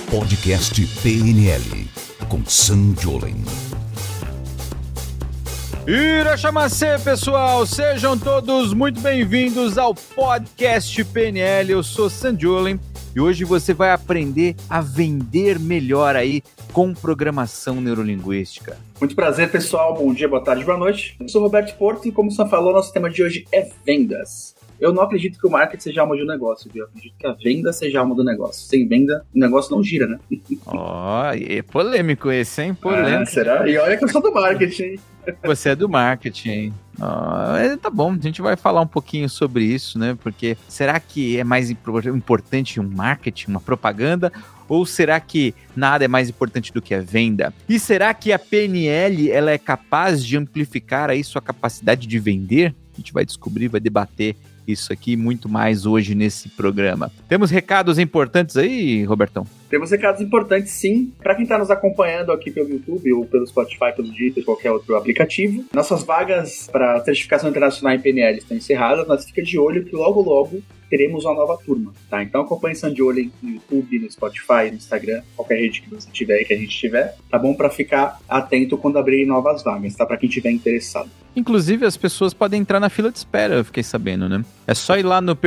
Podcast PNL com Sam Jolen. Irachamacê, pessoal! Sejam todos muito bem-vindos ao Podcast PNL. Eu sou Sam Jolen e hoje você vai aprender a vender melhor aí com programação neurolinguística. Muito prazer, pessoal. Bom dia, boa tarde, boa noite. Eu sou Roberto Porto e, como o Sam falou, nosso tema de hoje é vendas. Eu não acredito que o marketing seja a alma de um negócio, viu? Eu acredito que a venda seja a alma do negócio. Sem venda, o negócio não gira, né? É polêmico esse, hein? Polêmico. Será? E olha que eu sou do marketing. Você é do marketing, hein? Tá bom, a gente vai falar um pouquinho sobre isso, né? Porque será que é mais importante um marketing, uma propaganda? Ou será que nada é mais importante do que a venda? E será que a PNL ela é capaz de amplificar aí sua capacidade de vender? A gente vai descobrir, vai debater isso aqui muito mais hoje nesse programa. Temos recados importantes aí, Robertão? Temos recados importantes, sim. Para quem está nos acompanhando aqui pelo YouTube ou pelo Spotify, pelo Deezer, qualquer outro aplicativo, nossas vagas para certificação internacional em PNL estão encerradas, mas fica de olho que logo teremos uma nova turma, tá? Então acompanhe Sam Jolen no YouTube, no Spotify, no Instagram, qualquer rede que você tiver e que a gente tiver, tá bom? Para ficar atento quando abrirem novas vagas, tá? Para quem tiver interessado. Inclusive, as pessoas podem entrar na fila de espera, eu fiquei sabendo, né? É só ir lá no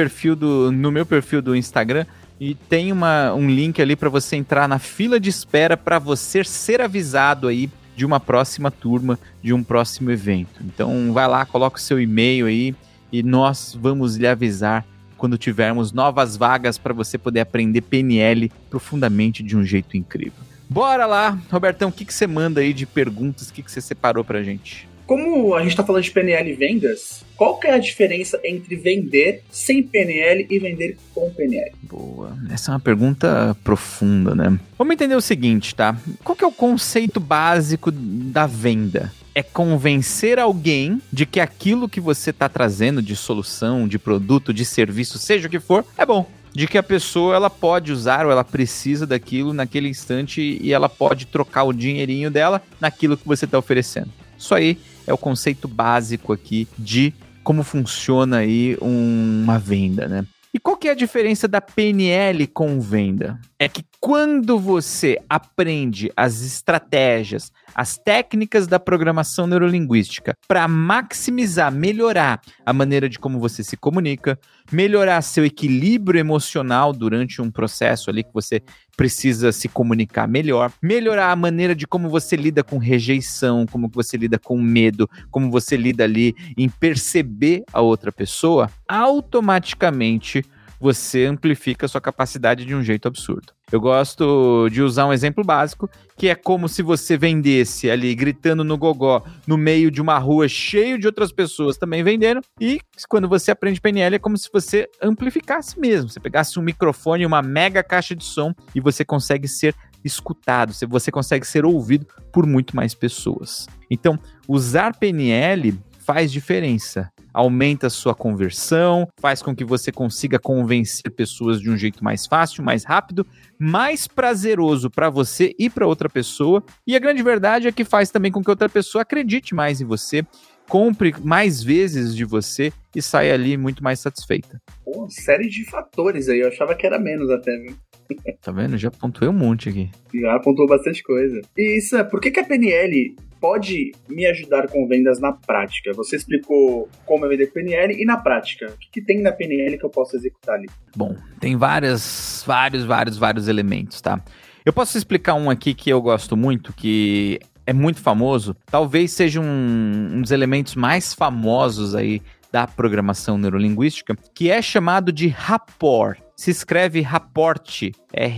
meu perfil do Instagram e tem um link ali para você entrar na fila de espera para você ser avisado aí de uma próxima turma, de um próximo evento. Então, vai lá, coloca o seu e-mail aí e nós vamos lhe avisar quando tivermos novas vagas para você poder aprender PNL profundamente de um jeito incrível. Bora lá, Robertão, o que você manda aí de perguntas, o que você separou pra gente? Como a gente está falando de PNL e vendas, qual que é a diferença entre vender sem PNL e vender com PNL? Boa, essa é uma pergunta profunda, né? Vamos entender o seguinte, tá? Qual que é o conceito básico da venda? É convencer alguém de que aquilo que você está trazendo de solução, de produto, de serviço, seja o que for, é bom. De que a pessoa ela pode usar ou ela precisa daquilo naquele instante e ela pode trocar o dinheirinho dela naquilo que você está oferecendo. Isso aí é o conceito básico aqui de como funciona aí uma venda, né? E qual que é a diferença da PNL com venda? É que quando você aprende as estratégias, as técnicas da programação neurolinguística para maximizar, melhorar a maneira de como você se comunica, melhorar seu equilíbrio emocional durante um processo ali que você precisa se comunicar melhor, melhorar a maneira de como você lida com rejeição, como você lida com medo, como você lida ali em perceber a outra pessoa, automaticamente você amplifica a sua capacidade de um jeito absurdo. Eu gosto de usar um exemplo básico, que é como se você vendesse ali, gritando no gogó, no meio de uma rua cheio de outras pessoas também vendendo, e quando você aprende PNL é como se você amplificasse mesmo, você pegasse um microfone, uma mega caixa de som, e você consegue ser escutado, você consegue ser ouvido por muito mais pessoas. Então, usar PNL faz diferença. Aumenta a sua conversão, faz com que você consiga convencer pessoas de um jeito mais fácil, mais rápido, mais prazeroso para você e para outra pessoa. E a grande verdade é que faz também com que outra pessoa acredite mais em você, compre mais vezes de você e saia ali muito mais satisfeita. Pô, série de fatores aí, eu achava que era menos até, viu? Tá vendo? Já pontuei um monte aqui. Já apontou bastante coisa. E isso, por que a PNL pode me ajudar com vendas na prática? Você explicou como é vender PNL e na prática. O que tem na PNL que eu posso executar ali? Bom, tem vários elementos, tá? Eu posso explicar um aqui que eu gosto muito, que é muito famoso. Talvez seja um dos elementos mais famosos aí da programação neurolinguística, que é chamado de rapport. Se escreve rapport,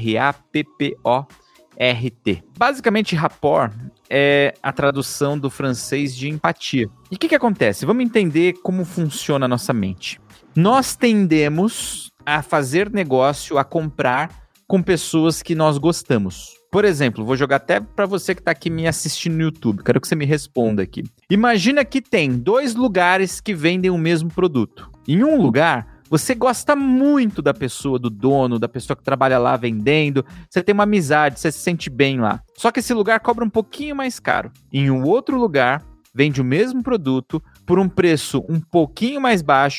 R-A-P-P-O-R-T. Basicamente, rapport é a tradução do francês de empatia. E o que acontece? Vamos entender como funciona a nossa mente. Nós tendemos a fazer negócio, a comprar com pessoas que nós gostamos. Por exemplo, vou jogar até para você que está aqui me assistindo no YouTube. Quero que você me responda aqui. Imagina que tem 2 lugares que vendem o mesmo produto. Em um lugar, você gosta muito da pessoa, do dono, da pessoa que trabalha lá vendendo. Você tem uma amizade, você se sente bem lá. Só que esse lugar cobra um pouquinho mais caro. Em um outro lugar, vende o mesmo produto por um preço um pouquinho mais baixo,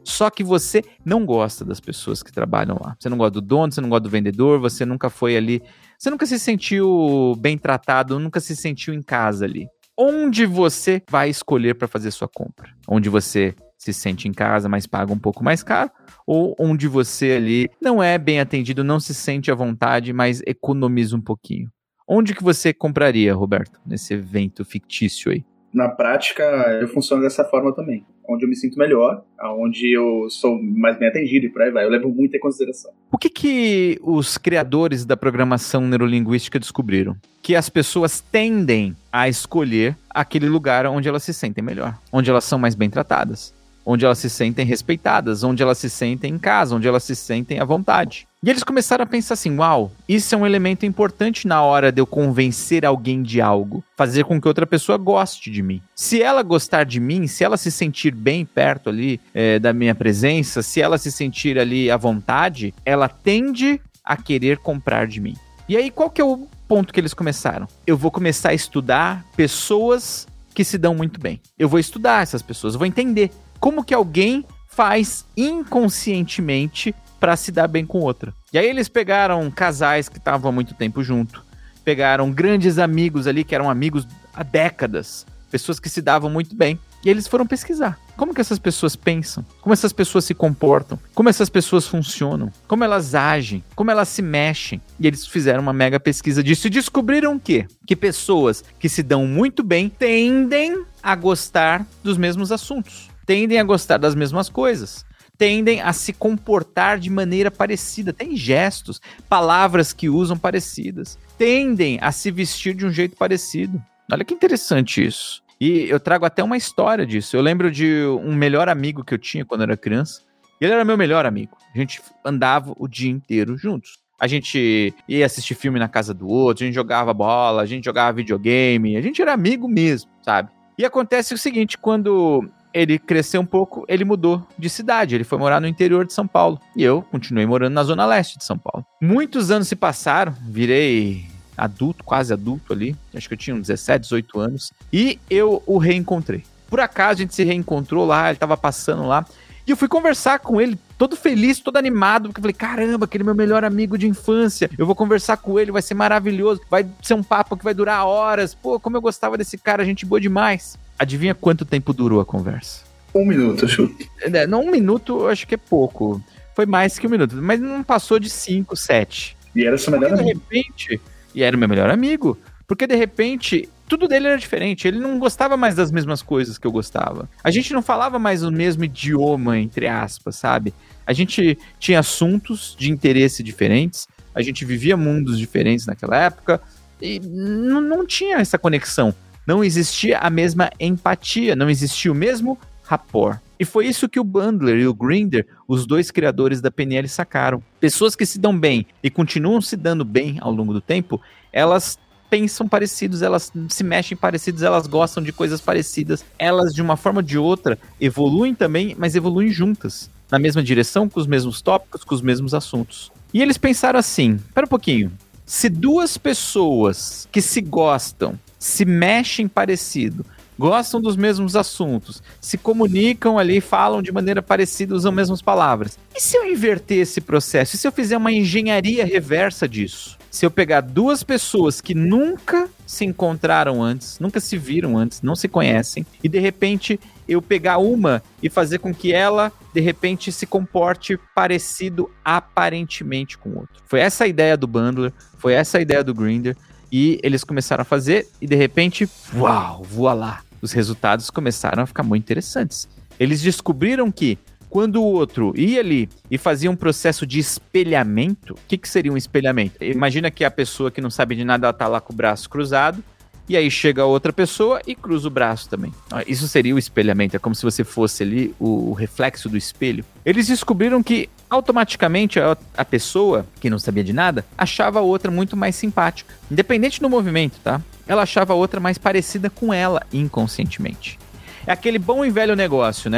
Só que você não gosta das pessoas que trabalham lá. Você não gosta do dono, você não gosta do vendedor, você nunca foi ali... Você nunca se sentiu bem tratado, nunca se sentiu em casa ali. Onde você vai escolher para fazer sua compra? Onde você se sente em casa, mas paga um pouco mais caro? Ou onde você ali não é bem atendido, não se sente à vontade, mas economiza um pouquinho? Onde que você compraria, Roberto, nesse evento fictício aí? Na prática, eu funciono dessa forma também. Onde eu me sinto melhor, onde eu sou mais bem atendido e por aí vai. Eu levo muito em consideração. O que os criadores da programação neurolinguística descobriram? Que as pessoas tendem a escolher aquele lugar onde elas se sentem melhor, onde elas são mais bem tratadas, onde elas se sentem respeitadas, onde elas se sentem em casa, onde elas se sentem à vontade. E eles começaram a pensar assim, uau, isso é um elemento importante na hora de eu convencer alguém de algo, fazer com que outra pessoa goste de mim. Se ela gostar de mim, se ela se sentir bem perto ali da minha presença, se ela se sentir ali à vontade, ela tende a querer comprar de mim. E aí, qual que é o ponto que eles começaram? Eu vou começar a estudar pessoas que se dão muito bem. Eu vou estudar essas pessoas, eu vou entender como que alguém faz inconscientemente para se dar bem com outra. E aí eles pegaram casais que estavam há muito tempo junto, pegaram grandes amigos ali, que eram amigos há décadas, pessoas que se davam muito bem, e eles foram pesquisar. Como que essas pessoas pensam? Como essas pessoas se comportam? Como essas pessoas funcionam? Como elas agem? Como elas se mexem? E eles fizeram uma mega pesquisa disso e descobriram o quê? Que pessoas que se dão muito bem tendem a gostar dos mesmos assuntos, tendem a gostar das mesmas coisas, tendem a se comportar de maneira parecida, tem gestos, palavras que usam parecidas, tendem a se vestir de um jeito parecido. Olha que interessante isso. E eu trago até uma história disso. Eu lembro de um melhor amigo que eu tinha quando eu era criança, e ele era meu melhor amigo. A gente andava o dia inteiro juntos. A gente ia assistir filme na casa do outro, a gente jogava bola, a gente jogava videogame, a gente era amigo mesmo, sabe? E acontece o seguinte, quando ele cresceu um pouco, ele mudou de cidade, ele foi morar no interior de São Paulo. E eu continuei morando na zona leste de São Paulo. Muitos anos se passaram, virei adulto, quase adulto ali, acho que eu tinha uns 17, 18 anos, e eu o reencontrei. Por acaso a gente se reencontrou lá, ele estava passando lá, e eu fui conversar com ele, todo feliz, todo animado, porque eu falei, caramba, aquele meu melhor amigo de infância, eu vou conversar com ele, vai ser maravilhoso, vai ser um papo que vai durar horas, pô, como eu gostava desse cara, gente boa demais. Adivinha quanto tempo durou a conversa? 1 minuto, acho. Não, 1 minuto eu acho que é pouco, foi mais que 1 minuto, mas não passou de 5, 7. E era seu melhor amigo. De repente, e era o meu melhor amigo, porque de repente tudo dele era diferente, ele não gostava mais das mesmas coisas que eu gostava. A gente não falava mais o mesmo idioma, entre aspas, sabe? A gente tinha assuntos de interesse diferentes, a gente vivia mundos diferentes naquela época e não tinha essa conexão. Não existia a mesma empatia, não existia o mesmo rapport. E foi isso que o Bandler e o Grindr, os dois criadores da PNL, sacaram. Pessoas que se dão bem e continuam se dando bem ao longo do tempo, elas pensam parecidos, elas se mexem parecidos, elas gostam de coisas parecidas, elas de uma forma ou de outra evoluem também, mas evoluem juntas, na mesma direção, com os mesmos tópicos, com os mesmos assuntos. E eles pensaram assim, espera um pouquinho, se duas pessoas que se gostam, se mexem parecido, gostam dos mesmos assuntos, se comunicam ali, falam de maneira parecida, usam as mesmas palavras. E se eu inverter esse processo? E se eu fizer uma engenharia reversa disso? Se eu pegar duas pessoas que nunca se encontraram antes, nunca se viram antes, não se conhecem, e de repente eu pegar uma e fazer com que ela, de repente, se comporte parecido aparentemente com o outro. Foi essa a ideia do Bandler, foi essa a ideia do Grindr, e eles começaram a fazer, e de repente, uau, voa lá. Os resultados começaram a ficar muito interessantes. Eles descobriram que quando o outro ia ali e fazia um processo de espelhamento, o que seria um espelhamento? Imagina que a pessoa que não sabe de nada, ela tá lá com o braço cruzado, e aí chega outra pessoa e cruza o braço também. Isso seria o espelhamento, é como se você fosse ali o reflexo do espelho. Eles descobriram que automaticamente a pessoa que não sabia de nada achava a outra muito mais simpática. Independente do movimento, tá? Ela achava a outra mais parecida com ela inconscientemente. É aquele bom e velho negócio, né?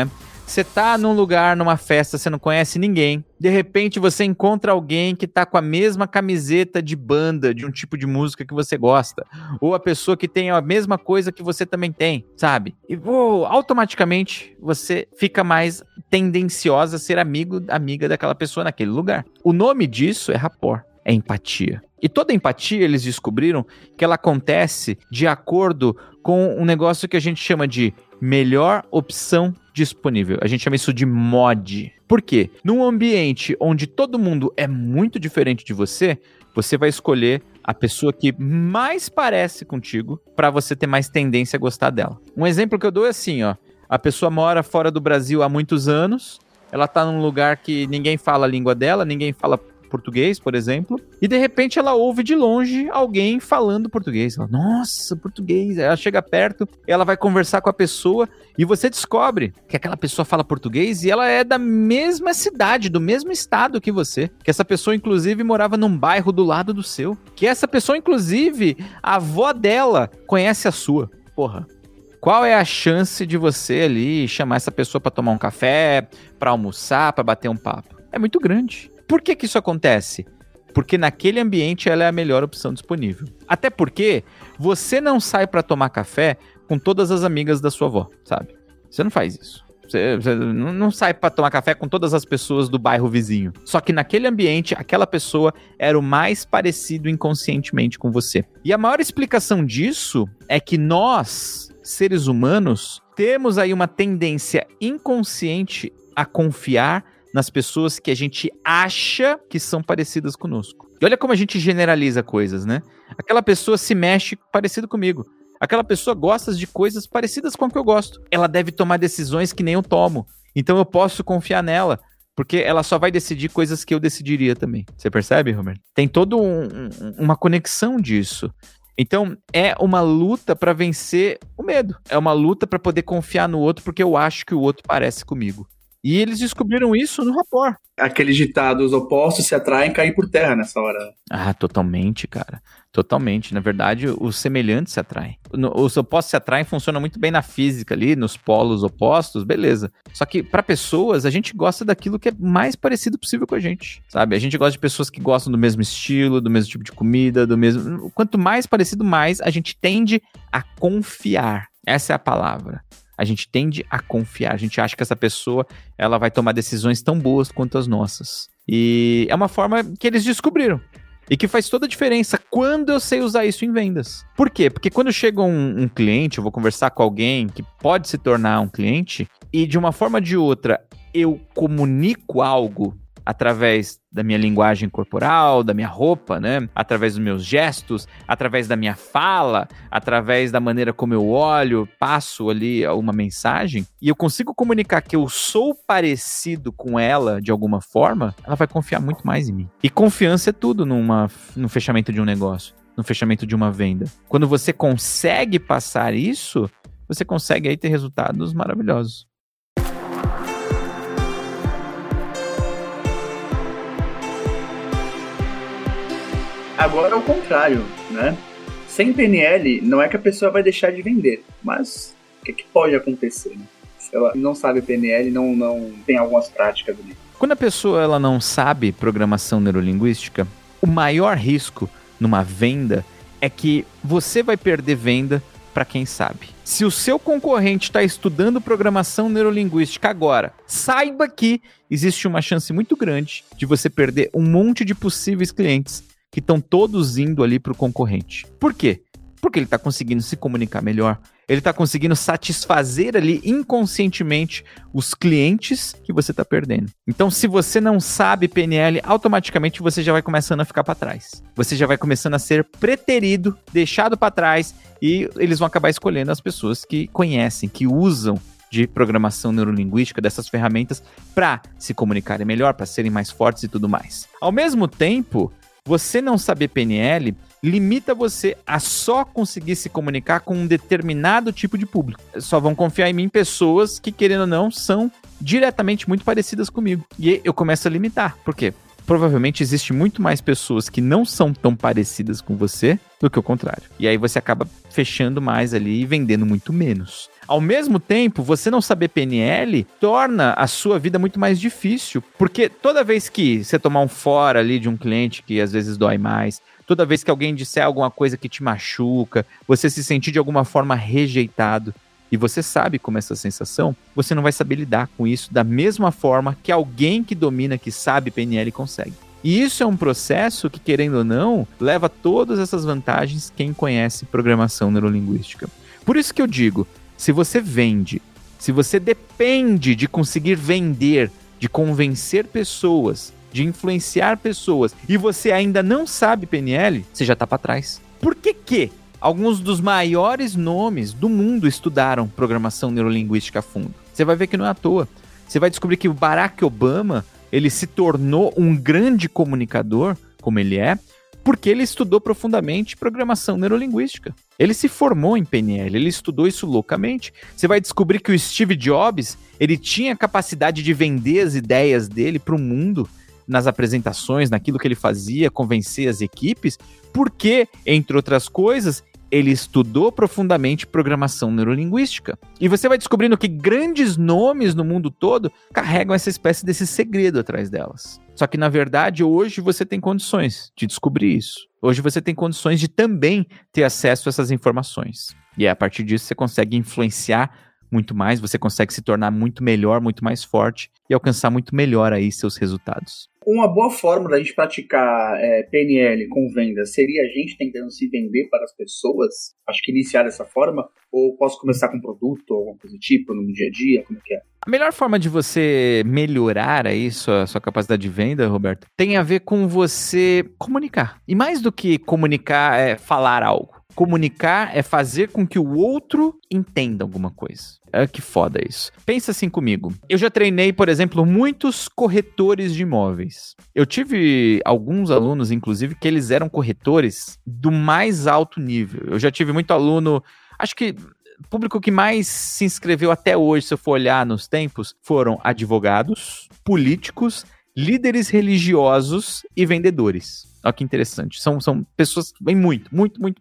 Você tá num lugar, numa festa, você não conhece ninguém. De repente você encontra alguém que tá com a mesma camiseta de banda, de um tipo de música que você gosta. Ou a pessoa que tem a mesma coisa que você também tem, sabe? E automaticamente você fica mais tendenciosa a ser amiga daquela pessoa naquele lugar. O nome disso é rapport, é empatia. E toda empatia, eles descobriram que ela acontece de acordo com um negócio que a gente chama de melhor opção disponível. A gente chama isso de MOD. Por quê? Num ambiente onde todo mundo é muito diferente de você, você vai escolher a pessoa que mais parece contigo para você ter mais tendência a gostar dela. Um exemplo que eu dou é assim, ó. A pessoa mora fora do Brasil há muitos anos, ela tá num lugar que ninguém fala a língua dela, ninguém fala português, por exemplo, e de repente ela ouve de longe alguém falando português. Ela, nossa, português. Ela chega perto, ela vai conversar com a pessoa e você descobre que aquela pessoa fala português e ela é da mesma cidade, do mesmo estado que você. Que essa pessoa, inclusive, morava num bairro do lado do seu. Que essa pessoa, inclusive, a avó dela conhece a sua. Porra. Qual é a chance de você ali chamar essa pessoa pra tomar um café, pra almoçar, pra bater um papo? É muito grande. Por que isso acontece? Porque naquele ambiente ela é a melhor opção disponível. Até porque você não sai pra tomar café com todas as amigas da sua avó, sabe? Você não faz isso. Você não sai pra tomar café com todas as pessoas do bairro vizinho. Só que naquele ambiente, aquela pessoa era o mais parecido inconscientemente com você. E a maior explicação disso é que nós, seres humanos, temos aí uma tendência inconsciente a confiar nas pessoas que a gente acha que são parecidas conosco. E olha como a gente generaliza coisas, né? Aquela pessoa se mexe parecido comigo. Aquela pessoa gosta de coisas parecidas com o que eu gosto. Ela deve tomar decisões que nem eu tomo. Então eu posso confiar nela, porque ela só vai decidir coisas que eu decidiria também. Você percebe, Roberto? Tem toda uma conexão disso. Então, é uma luta para vencer o medo. É uma luta para poder confiar no outro, porque eu acho que o outro parece comigo. E eles descobriram isso no rapport. Aqueles ditados opostos se atraem, caem por terra nessa hora. Ah, totalmente, cara. Totalmente. Na verdade, os semelhantes se atraem. Os opostos se atraem, funciona muito bem na física ali, nos polos opostos, beleza. Só que para pessoas, a gente gosta daquilo que é mais parecido possível com a gente, sabe? A gente gosta de pessoas que gostam do mesmo estilo, do mesmo tipo de comida, do mesmo... Quanto mais parecido, mais a gente tende a confiar. Essa é a palavra. A gente tende a confiar, a gente acha que essa pessoa ela vai tomar decisões tão boas quanto as nossas. E é uma forma que eles descobriram. E que faz toda a diferença quando eu sei usar isso em vendas. Por quê? Porque quando chega um cliente, eu vou conversar com alguém que pode se tornar um cliente, e de uma forma ou de outra eu comunico algo através da minha linguagem corporal, da minha roupa, né? Através dos meus gestos, através da minha fala, através da maneira como eu olho, passo ali uma mensagem, e eu consigo comunicar que eu sou parecido com ela de alguma forma, ela vai confiar muito mais em mim. E confiança é tudo no fechamento de um negócio, no fechamento de uma venda. Quando você consegue passar isso, você consegue aí ter resultados maravilhosos. Agora é o contrário, né? Sem PNL, não é que a pessoa vai deixar de vender, mas o que pode acontecer, né? Se ela não sabe PNL, não tem algumas práticas ali. Quando a pessoa ela não sabe programação neurolinguística, o maior risco numa venda é que você vai perder venda para quem sabe. Se o seu concorrente está estudando programação neurolinguística agora, saiba que existe uma chance muito grande de você perder um monte de possíveis clientes que estão todos indo ali para o concorrente. Por quê? Porque ele está conseguindo se comunicar melhor, ele está conseguindo satisfazer ali inconscientemente os clientes que você está perdendo. Então, se você não sabe PNL, automaticamente você já vai começando a ficar para trás. Você já vai começando a ser preterido, deixado para trás, e eles vão acabar escolhendo as pessoas que conhecem, que usam de programação neurolinguística, dessas ferramentas, para se comunicarem melhor, para serem mais fortes e tudo mais. Ao mesmo tempo, você não saber PNL limita você a só conseguir se comunicar com um determinado tipo de público. Só vão confiar em mim pessoas que, querendo ou não, são diretamente muito parecidas comigo. E eu começo a limitar. Por quê? provavelmente existe muito mais pessoas que não são tão parecidas com você do que o contrário. E aí você acaba fechando mais ali e vendendo muito menos. Ao mesmo tempo, você não saber PNL torna a sua vida muito mais difícil, porque toda vez que você tomar um fora ali de um cliente que às vezes dói mais, toda vez que alguém disser alguma coisa que te machuca, você se sentir de alguma forma rejeitado, e você sabe como é essa sensação, você não vai saber lidar com isso da mesma forma que alguém que domina, que sabe PNL consegue. E isso é um processo que, querendo ou não, leva todas essas vantagens quem conhece programação neurolinguística. Por isso que eu digo, se você vende, se você depende de conseguir vender, de convencer pessoas, de influenciar pessoas, e você ainda não sabe PNL, você já está para trás. Por que alguns dos maiores nomes do mundo estudaram programação neurolinguística a fundo? Você vai ver que não é à toa. Você vai descobrir que o Barack Obama, ele se tornou um grande comunicador, como ele é, porque ele estudou profundamente programação neurolinguística. Ele se formou em PNL, ele estudou isso loucamente. Você vai descobrir que o Steve Jobs, ele tinha capacidade de vender as ideias dele para o mundo, nas apresentações, naquilo que ele fazia, convencer as equipes, porque, entre outras coisas, ele estudou profundamente programação neurolinguística. E você vai descobrindo que grandes nomes no mundo todo carregam essa espécie desse segredo atrás delas. Só que, na verdade, hoje você tem condições de descobrir isso. Hoje você tem condições de também ter acesso a essas informações. E a partir disso você consegue influenciar muito mais, você consegue se tornar muito melhor, muito mais forte e alcançar muito melhor aí seus resultados. Uma boa forma da gente praticar PNL com venda seria a gente tentando se vender para as pessoas? Acho que iniciar dessa forma? Ou posso começar com um produto ou alguma coisa do tipo, no dia a dia? Como que é? A melhor forma de você melhorar aí sua capacidade de venda, Roberto, tem a ver com você comunicar. E mais do que comunicar é falar algo. Comunicar é fazer com que o outro entenda alguma coisa. Que foda isso. Pensa assim comigo. Eu já treinei, por exemplo, muitos corretores de imóveis. Eu tive alguns alunos, inclusive, que eles eram corretores do mais alto nível. Eu já tive muito aluno, acho que o público que mais se inscreveu até hoje, se eu for olhar nos tempos, foram advogados, políticos, líderes religiosos e vendedores. Olha que interessante. São pessoas que vêm muito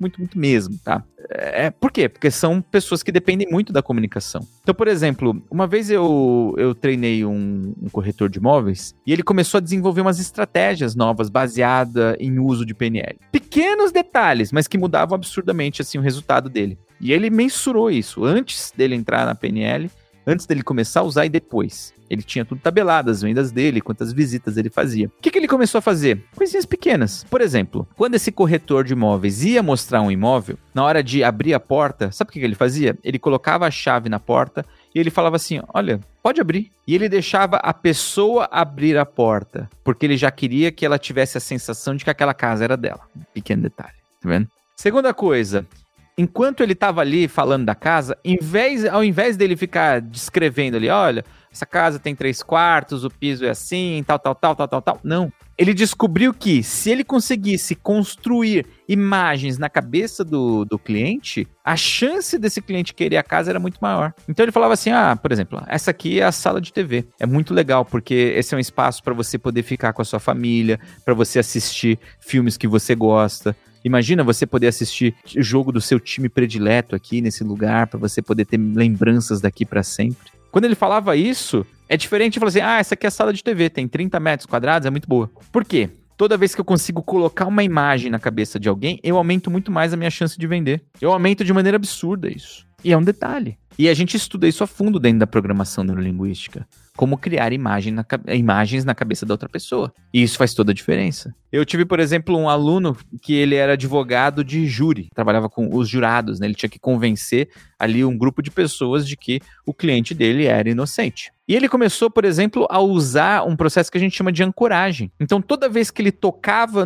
mesmo, tá? Por quê? Porque são pessoas que dependem muito da comunicação. Então, por exemplo, uma vez eu treinei um corretor de imóveis e ele começou a desenvolver umas estratégias novas baseadas em uso de PNL. Pequenos detalhes, mas que mudavam absurdamente assim, o resultado dele. E ele mensurou isso antes dele entrar na PNL, antes dele começar a usar e depois. Ele tinha tudo tabelado, as vendas dele, quantas visitas ele fazia. O que ele começou a fazer? Coisinhas pequenas. Por exemplo, quando esse corretor de imóveis ia mostrar um imóvel, na hora de abrir a porta, sabe o que ele fazia? Ele colocava a chave na porta e ele falava assim, olha, pode abrir. E ele deixava a pessoa abrir a porta, porque ele já queria que ela tivesse a sensação de que aquela casa era dela. Um pequeno detalhe, tá vendo? Segunda coisa, enquanto ele estava ali falando da casa, ao invés dele ficar descrevendo ali, olha, essa casa tem 3 quartos, o piso é assim, tal. Não. Ele descobriu que se ele conseguisse construir imagens na cabeça do cliente, a chance desse cliente querer a casa era muito maior. Então ele falava assim, por exemplo, essa aqui é a sala de TV. É muito legal, porque esse é um espaço para você poder ficar com a sua família, para você assistir filmes que você gosta. Imagina você poder assistir o jogo do seu time predileto aqui nesse lugar, para você poder ter lembranças daqui para sempre. Quando ele falava isso, é diferente de falar assim, essa aqui é a sala de TV, tem 30 metros quadrados, é muito boa. Por quê? Toda vez que eu consigo colocar uma imagem na cabeça de alguém, eu aumento muito mais a minha chance de vender. Eu aumento de maneira absurda isso. E é um detalhe. E a gente estuda isso a fundo dentro da programação neurolinguística. Como criar imagens na cabeça da outra pessoa. E isso faz toda a diferença. Eu tive, por exemplo, um aluno que ele era advogado de júri. Trabalhava com os jurados, né? Ele tinha que convencer ali um grupo de pessoas de que o cliente dele era inocente. E ele começou, por exemplo, a usar um processo que a gente chama de ancoragem. Então, toda vez que ele tocava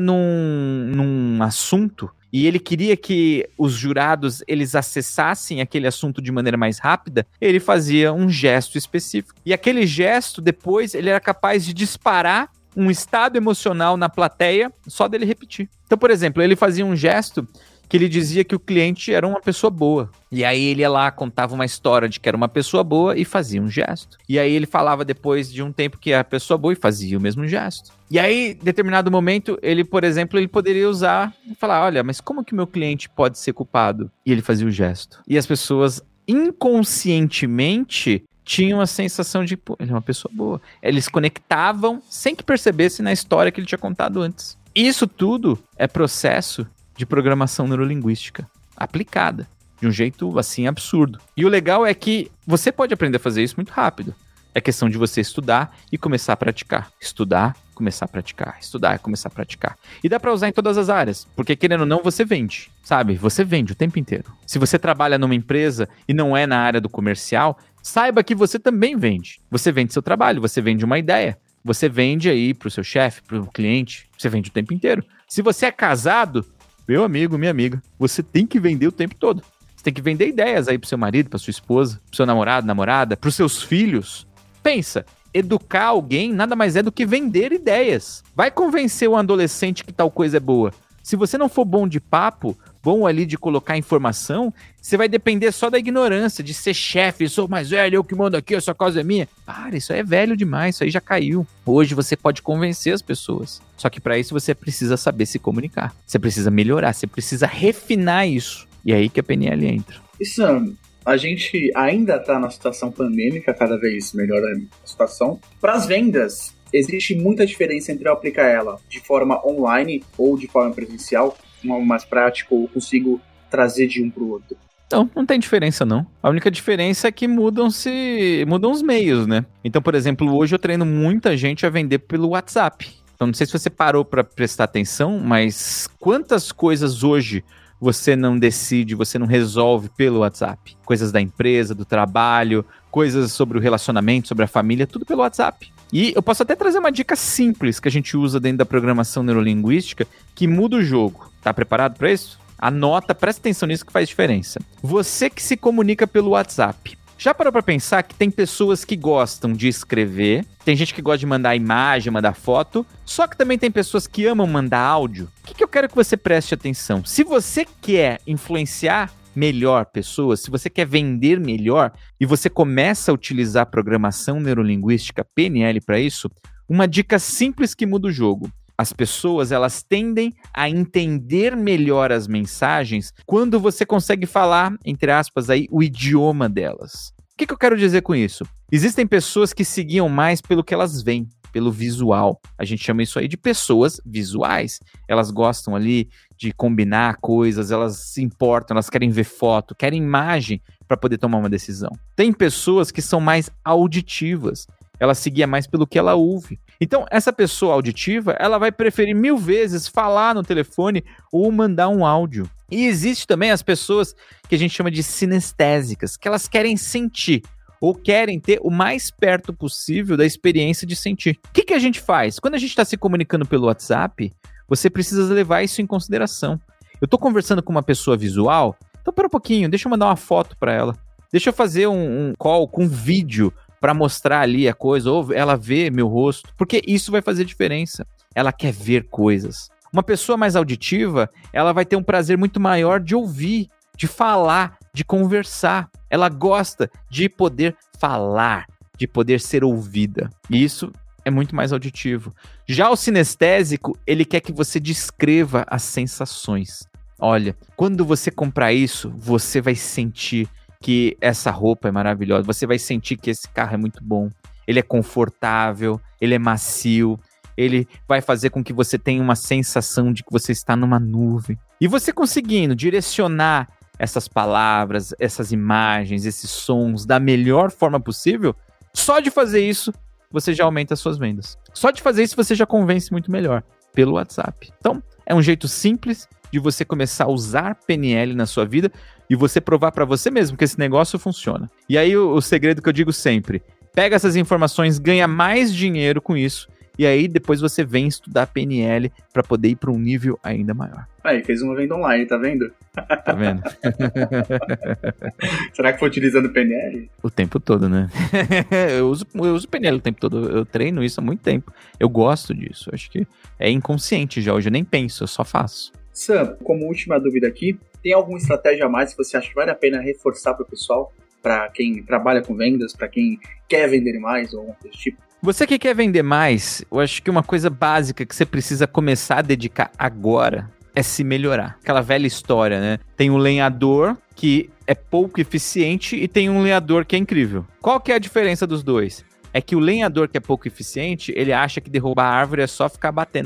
num assunto, e ele queria que os jurados eles acessassem aquele assunto de maneira mais rápida, ele fazia um gesto específico. E aquele gesto, depois, ele era capaz de disparar um estado emocional na plateia só dele repetir. Então, por exemplo, ele fazia um gesto que ele dizia que o cliente era uma pessoa boa. E aí ele ia lá, contava uma história de que era uma pessoa boa e fazia um gesto. E aí ele falava depois de um tempo que era a pessoa boa e fazia o mesmo gesto. E aí, em determinado momento, ele, por exemplo, ele poderia usar e falar, olha, mas como que o meu cliente pode ser culpado? E ele fazia o gesto. E as pessoas inconscientemente tinham a sensação de, pô, ele é uma pessoa boa. Eles conectavam sem que percebessem na história que ele tinha contado antes. Isso tudo é processo de programação neurolinguística aplicada de um jeito assim absurdo. E o legal é que você pode aprender a fazer isso muito rápido. É questão de você estudar e começar a praticar. Estudar, começar a praticar. Estudar e começar a praticar. E dá pra usar em todas as áreas, porque querendo ou não, você vende, sabe? Você vende o tempo inteiro. Se você trabalha numa empresa e não é na área do comercial, saiba que você também vende. Você vende seu trabalho, você vende uma ideia. Você vende aí pro seu chefe, pro cliente. Você vende o tempo inteiro. Se você é casado, meu amigo, minha amiga, você tem que vender o tempo todo. Você tem que vender ideias aí pro seu marido, pra sua esposa, pro seu namorado, namorada, pros seus filhos. Pensa, educar alguém nada mais é do que vender ideias. Vai convencer um adolescente que tal coisa é boa. Se você não for bom de papo, bom ali de colocar informação, você vai depender só da ignorância, de ser chefe, sou mais velho, eu que mando aqui, essa causa é minha. Para, isso aí é velho demais, isso aí já caiu. Hoje você pode convencer as pessoas. Só que para isso você precisa saber se comunicar. Você precisa melhorar, você precisa refinar isso. E é aí que a PNL entra. Isso, a gente ainda está na situação pandêmica, cada vez melhora a situação. Para as vendas, existe muita diferença entre eu aplicar ela de forma online ou de forma presencial, uma mais prática, ou eu consigo trazer de um para o outro. Não tem diferença não. A única diferença é que mudam os meios, né? Então, por exemplo, hoje eu treino muita gente a vender pelo WhatsApp. Então, não sei se você parou para prestar atenção, mas quantas coisas hoje você não decide, você não resolve pelo WhatsApp? Coisas da empresa, do trabalho, coisas sobre o relacionamento, sobre a família, tudo pelo WhatsApp. E eu posso até trazer uma dica simples que a gente usa dentro da programação neurolinguística que muda o jogo. Tá preparado para isso? Anota, presta atenção nisso que faz diferença. Você que se comunica pelo WhatsApp. Já parou para pensar que tem pessoas que gostam de escrever, tem gente que gosta de mandar imagem, mandar foto, só que também tem pessoas que amam mandar áudio? O que eu quero que você preste atenção? Se você quer influenciar melhor pessoas, se você quer vender melhor e você começa a utilizar a programação neurolinguística PNL para isso, uma dica simples que muda o jogo. As pessoas, elas tendem a entender melhor as mensagens quando você consegue falar, entre aspas, aí, o idioma delas. O que eu quero dizer com isso? Existem pessoas que se guiam mais pelo que elas veem, pelo visual. A gente chama isso aí de pessoas visuais. Elas gostam ali de combinar coisas, elas se importam, elas querem ver foto, querem imagem para poder tomar uma decisão. Tem pessoas que são mais auditivas. Ela se guia mais pelo que ela ouve. Então, essa pessoa auditiva, ela vai preferir 1000 vezes falar no telefone ou mandar um áudio. E existe também as pessoas que a gente chama de sinestésicas, que elas querem sentir ou querem ter o mais perto possível da experiência de sentir. O que a gente faz? Quando a gente está se comunicando pelo WhatsApp, você precisa levar isso em consideração. Eu estou conversando com uma pessoa visual, então pera um pouquinho, deixa eu mandar uma foto para ela. Deixa eu fazer um call com vídeo para mostrar ali a coisa, ou ela vê meu rosto, porque isso vai fazer diferença. Ela quer ver coisas. Uma pessoa mais auditiva, ela vai ter um prazer muito maior de ouvir, de falar, de conversar. Ela gosta de poder falar, de poder ser ouvida. E isso é muito mais auditivo. Já o sinestésico, ele quer que você descreva as sensações. Olha, quando você comprar isso, você vai sentir que essa roupa é maravilhosa, você vai sentir que esse carro é muito bom, ele é confortável, ele é macio, ele vai fazer com que você tenha uma sensação de que você está numa nuvem. E você conseguindo direcionar essas palavras, essas imagens, esses sons da melhor forma possível, só de fazer isso, você já aumenta as suas vendas. Só de fazer isso, você já convence muito melhor pelo WhatsApp. Então, é um jeito simples de você começar a usar PNL na sua vida e você provar para você mesmo que esse negócio funciona. E aí o segredo que eu digo sempre, pega essas informações, ganha mais dinheiro com isso e aí depois você vem estudar PNL para poder ir para um nível ainda maior. Aí, fez uma venda online, tá vendo? Tá vendo? Será que foi utilizando PNL? O tempo todo, né? eu uso PNL o tempo todo. Eu treino isso há muito tempo. Eu gosto disso. Acho que é inconsciente já. Hoje eu nem penso, eu só faço. Sam, como última dúvida aqui, tem alguma estratégia a mais que você acha que vale a pena reforçar para o pessoal? Para quem trabalha com vendas, para quem quer vender mais ou alguma coisa do tipo? Você que quer vender mais, eu acho que uma coisa básica que você precisa começar a dedicar agora é se melhorar. Aquela velha história, né? Tem um lenhador que é pouco eficiente e tem um lenhador que é incrível. Qual que é a diferença dos dois? É que o lenhador que é pouco eficiente, ele acha que derrubar a árvore é só ficar batendo.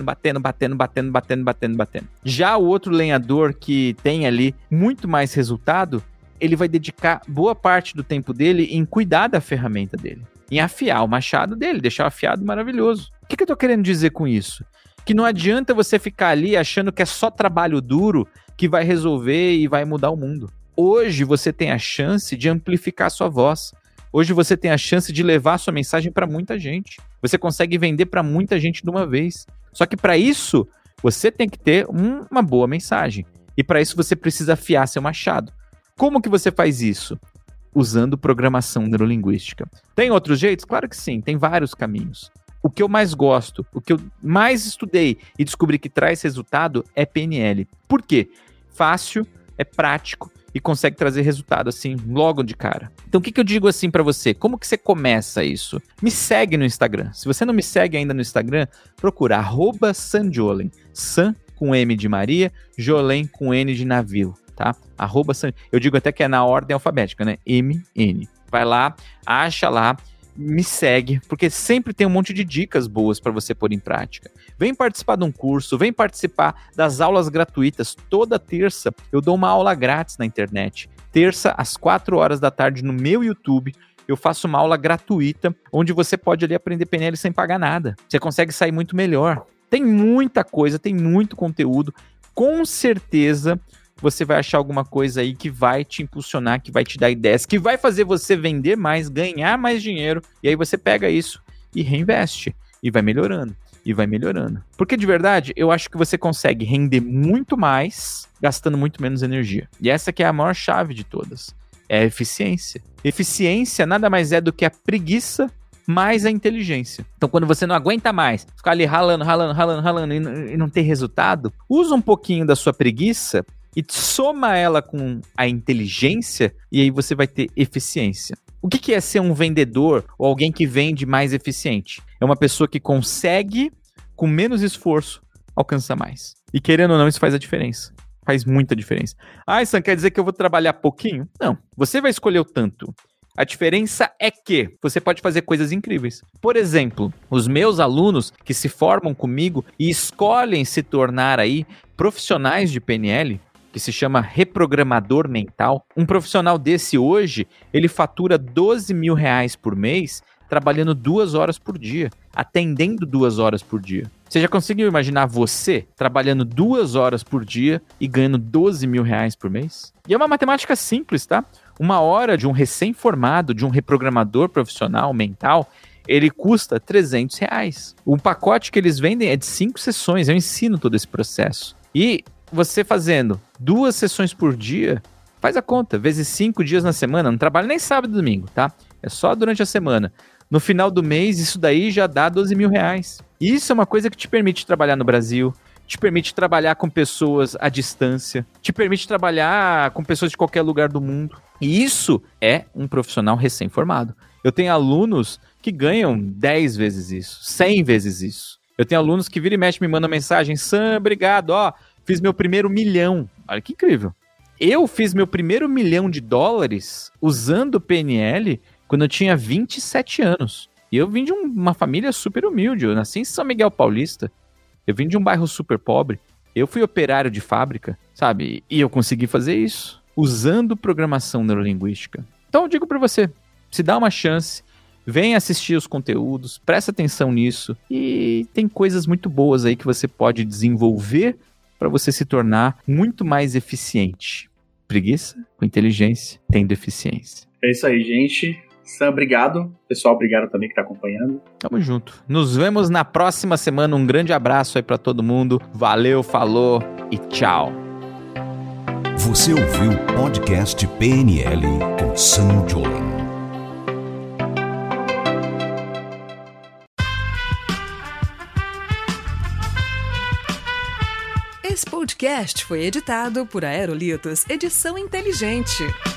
Já o outro lenhador que tem ali muito mais resultado, ele vai dedicar boa parte do tempo dele em cuidar da ferramenta dele, em afiar o machado dele, deixar o afiado maravilhoso. O que eu tô querendo dizer com isso? Que não adianta você ficar ali achando que é só trabalho duro que vai resolver e vai mudar o mundo. Hoje você tem a chance de amplificar a sua voz. Hoje você tem a chance de levar a sua mensagem para muita gente. Você consegue vender para muita gente de uma vez. Só que para isso, você tem que ter uma boa mensagem. E para isso você precisa afiar seu machado. Como que você faz isso? Usando programação neurolinguística. Tem outros jeitos? Claro que sim, tem vários caminhos. O que eu mais gosto, o que eu mais estudei e descobri que traz resultado é PNL. Por quê? Fácil, é prático e consegue trazer resultado assim logo de cara. Então o que eu digo assim pra você? Como que você começa isso? Me segue no Instagram. Se você não me segue ainda no Instagram, procura @Sanjolen. San com M de Maria, Jolen com N de navio, tá? Eu digo até que é na ordem alfabética, né? MN. Vai lá, acha lá, me segue, porque sempre tem um monte de dicas boas para você pôr em prática. Vem participar de um curso, vem participar das aulas gratuitas. Toda terça eu dou uma aula grátis na internet. Terça, às 4 horas da tarde, no meu YouTube, eu faço uma aula gratuita, onde você pode ali aprender PNL sem pagar nada. Você consegue sair muito melhor. Tem muita coisa, tem muito conteúdo. Com certeza você vai achar alguma coisa aí que vai te impulsionar, que vai te dar ideias, que vai fazer você vender mais, ganhar mais dinheiro, e aí você pega isso e reinveste, e vai melhorando, e vai melhorando. Porque de verdade, eu acho que você consegue render muito mais, gastando muito menos energia. E essa que é a maior chave de todas, é a eficiência. Eficiência nada mais é do que a preguiça mais a inteligência. Então, quando você não aguenta mais ficar ali ralando e não ter resultado, usa um pouquinho da sua preguiça e soma ela com a inteligência, e aí você vai ter eficiência. O que é ser um vendedor ou alguém que vende mais eficiente? É uma pessoa que consegue, com menos esforço, alcançar mais. E querendo ou não, isso faz a diferença. Faz muita diferença. Sam, quer dizer que eu vou trabalhar pouquinho? Não, você vai escolher o tanto. A diferença é que você pode fazer coisas incríveis. Por exemplo, os meus alunos que se formam comigo e escolhem se tornar aí profissionais de PNL, que se chama reprogramador mental. Um profissional desse hoje, ele fatura R$12 mil por mês, trabalhando 2 horas por dia, atendendo 2 horas por dia. Você já conseguiu imaginar você trabalhando 2 horas por dia e ganhando R$12 mil por mês? E é uma matemática simples, tá? 1 hora de um recém-formado, de um reprogramador profissional mental, ele custa R$300. O pacote que eles vendem é de 5 sessões, eu ensino todo esse processo. E você fazendo 2 sessões por dia, faz a conta, vezes 5 dias na semana, não trabalha nem sábado e domingo, tá? É só durante a semana. No final do mês, isso daí já dá R$12 mil. E isso é uma coisa que te permite trabalhar no Brasil, te permite trabalhar com pessoas à distância, te permite trabalhar com pessoas de qualquer lugar do mundo. E isso é um profissional recém-formado. Eu tenho alunos que ganham 10 vezes isso, 100 vezes isso. Eu tenho alunos que vira e mexe me mandam mensagem: Sam, obrigado, fiz meu primeiro $1 milhão. Olha que incrível. Eu fiz meu primeiro $1 milhão usando PNL quando eu tinha 27 anos. E eu vim de uma família super humilde. Eu nasci em São Miguel Paulista. Eu vim de um bairro super pobre. Eu fui operário de fábrica, sabe? E eu consegui fazer isso usando programação neurolinguística. Então eu digo pra você, se dá uma chance, vem assistir os conteúdos, presta atenção nisso. E tem coisas muito boas aí que você pode desenvolver para você se tornar muito mais eficiente. Preguiça com inteligência, tendo eficiência. É isso aí, gente. Sam, obrigado. Pessoal, obrigado também que está acompanhando. Tamo junto. Nos vemos na próxima semana. Um grande abraço aí para todo mundo. Valeu, falou e tchau. Você ouviu o podcast PNL com Sam Jolen. Esse podcast foi editado por Aerolitos Edição Inteligente.